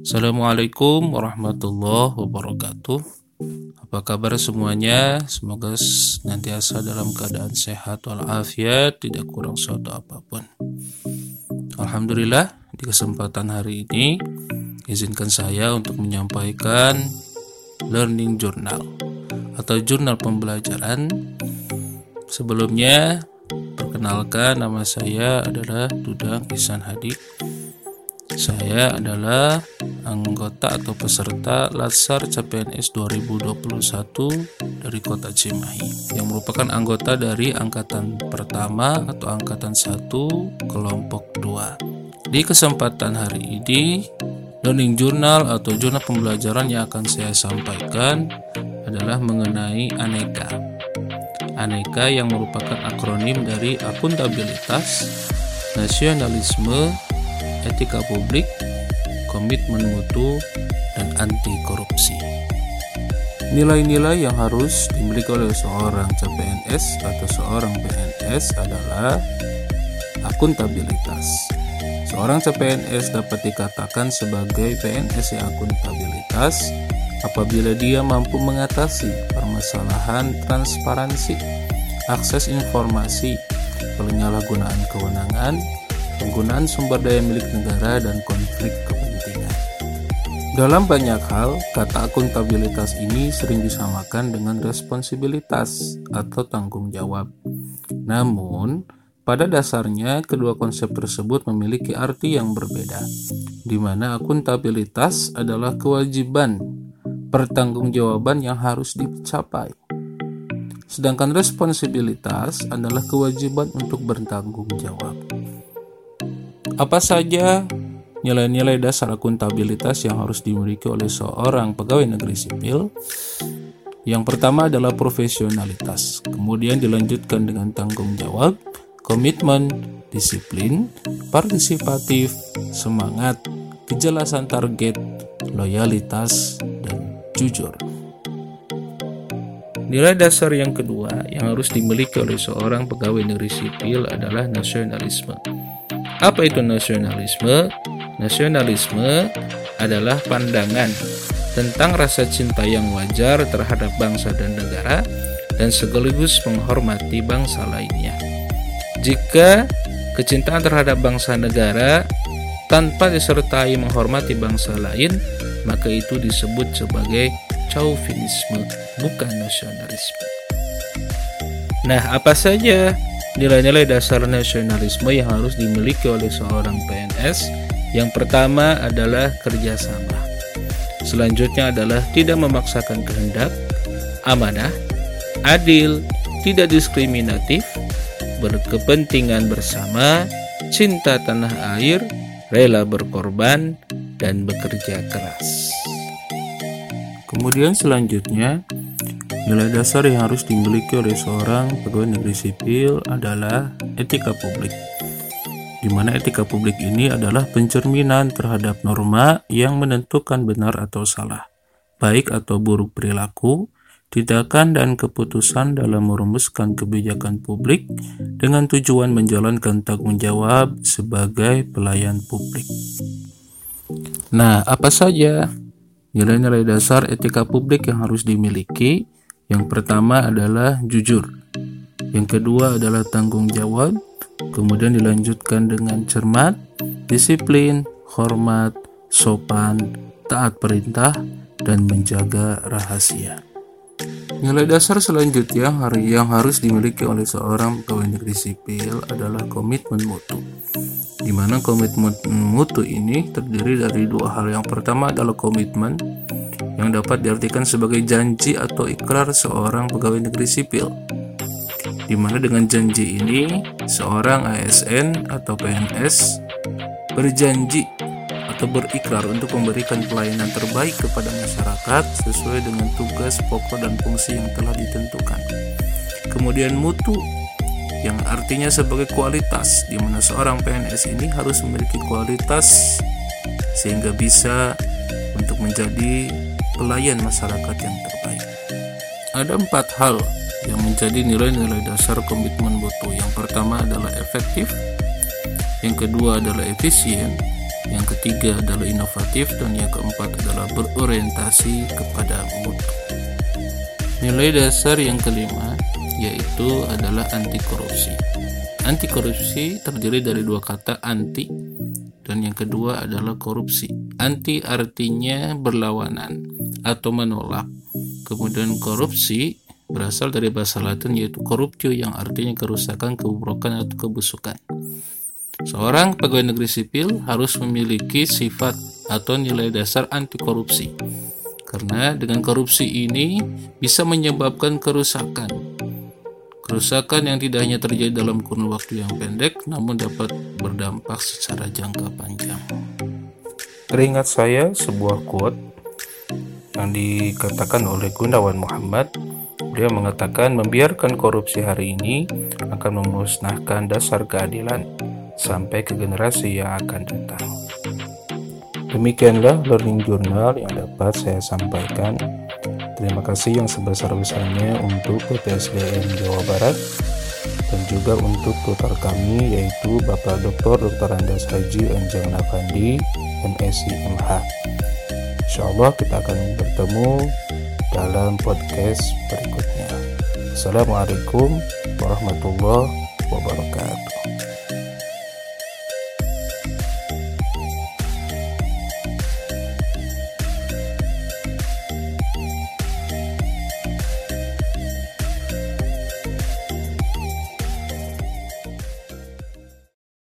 Assalamualaikum warahmatullahi wabarakatuh. Apa kabar semuanya? Semoga senantiasa dalam keadaan sehat walafiat, tidak kurang suatu apapun. Alhamdulillah, di kesempatan hari ini izinkan saya untuk menyampaikan learning journal atau jurnal pembelajaran. Sebelumnya, perkenalkan, nama saya adalah Dudang Ihsan Hadi. Saya adalah anggota atau peserta Latsar CPNS 2021 dari Kota Cimahi yang merupakan anggota dari angkatan pertama atau angkatan 1 kelompok 2. Di kesempatan hari ini, learning journal atau jurnal pembelajaran yang akan saya sampaikan adalah mengenai ANEKA. ANEKA yang merupakan akronim dari akuntabilitas, nasionalisme, etika publik, komitmen mutu, dan anti korupsi. Nilai-nilai yang harus dimiliki oleh seorang CPNS atau seorang PNS adalah akuntabilitas. Seorang CPNS dapat dikatakan sebagai PNS yang akuntabilitas apabila dia mampu mengatasi permasalahan transparansi, akses informasi, penyalahgunaan kewenangan, penggunaan sumber daya milik negara, dan konflik kepentingan. Dalam banyak hal, kata akuntabilitas ini sering disamakan dengan responsibilitas atau tanggung jawab. Namun, pada dasarnya kedua konsep tersebut memiliki arti yang berbeda, di mana akuntabilitas adalah kewajiban pertanggungjawaban yang harus dicapai. Sedangkan responsibilitas adalah kewajiban untuk bertanggung jawab. Apa saja nilai-nilai dasar akuntabilitas yang harus dimiliki oleh seorang pegawai negeri sipil? Yang pertama adalah profesionalitas, kemudian dilanjutkan dengan tanggung jawab, komitmen, disiplin, partisipatif, semangat, kejelasan target, loyalitas, dan jujur. Nilai dasar yang kedua yang harus dimiliki oleh seorang pegawai negeri sipil adalah nasionalisme. Apa itu nasionalisme? Nasionalisme adalah pandangan tentang rasa cinta yang wajar terhadap bangsa dan negara dan sekaligus menghormati bangsa lainnya. Jika kecintaan terhadap bangsa negara tanpa disertai menghormati bangsa lain, maka itu disebut sebagai chauvinisme, bukan nasionalisme. Nah, apa saja nilai-nilai dasar nasionalisme yang harus dimiliki oleh seorang PNS? Yang pertama adalah kerjasama. Selanjutnya adalah tidak memaksakan kehendak, amanah, adil, tidak diskriminatif, berkepentingan bersama, cinta tanah air, rela berkorban, dan bekerja keras. Kemudian selanjutnya, nilai dasar yang harus dimiliki oleh seorang pegawai negeri sipil adalah etika publik, di mana etika publik ini adalah pencerminan terhadap norma yang menentukan benar atau salah, baik atau buruk perilaku, tindakan dan keputusan dalam merumuskan kebijakan publik dengan tujuan menjalankan tanggung jawab sebagai pelayan publik. Nah, apa saja nilai-nilai dasar etika publik yang harus dimiliki? Yang pertama adalah jujur, yang kedua adalah tanggung jawab, kemudian dilanjutkan dengan cermat, disiplin, hormat, sopan, taat perintah, dan menjaga rahasia. Nilai dasar selanjutnya yang harus dimiliki oleh seorang pegawai negeri sipil adalah komitmen mutu, di mana komitmen mutu ini terdiri dari dua hal. Yang pertama adalah komitmen, yang dapat diartikan sebagai janji atau ikrar seorang pegawai negeri sipil, di mana dengan janji ini seorang ASN atau PNS berjanji atau berikrar untuk memberikan pelayanan terbaik kepada masyarakat sesuai dengan tugas pokok dan fungsi yang telah ditentukan. Kemudian mutu, yang artinya sebagai kualitas, di mana seorang PNS ini harus memiliki kualitas sehingga bisa untuk menjadi pelayan masyarakat yang terbaik. Ada 4 hal yang menjadi nilai-nilai dasar komitmen mutu. Yang pertama adalah efektif, yang kedua adalah efisien, yang ketiga adalah inovatif, dan yang keempat adalah berorientasi kepada mutu. Nilai dasar yang kelima yaitu adalah anti korupsi. Anti korupsi terdiri dari dua kata, anti, dan yang kedua adalah korupsi. Anti artinya berlawanan atau menolak. Kemudian korupsi berasal dari bahasa Latin yaitu corruptio, yang artinya kerusakan, kebobrokan, atau kebusukan. Seorang pegawai negeri sipil harus memiliki sifat atau nilai dasar anti korupsi. Karena dengan korupsi ini bisa menyebabkan kerusakan. Kerusakan yang tidak hanya terjadi dalam kurun waktu yang pendek, namun dapat berdampak secara jangka panjang. Teringat saya sebuah quote yang dikatakan oleh Gunawan Muhammad. Dia mengatakan, membiarkan korupsi hari ini akan memusnahkan dasar keadilan sampai ke generasi yang akan datang. Demikianlah Learning Journal yang dapat saya sampaikan. Terima kasih yang sebesar-besarnya untuk PPSDM Jawa Barat dan juga untuk tutor kami yaitu Bapak Dr. Andes Haji Enjang Nafandi, MSc MH. Insyaallah kita akan bertemu dalam podcast berikutnya. Assalamualaikum warahmatullahi wabarakatuh.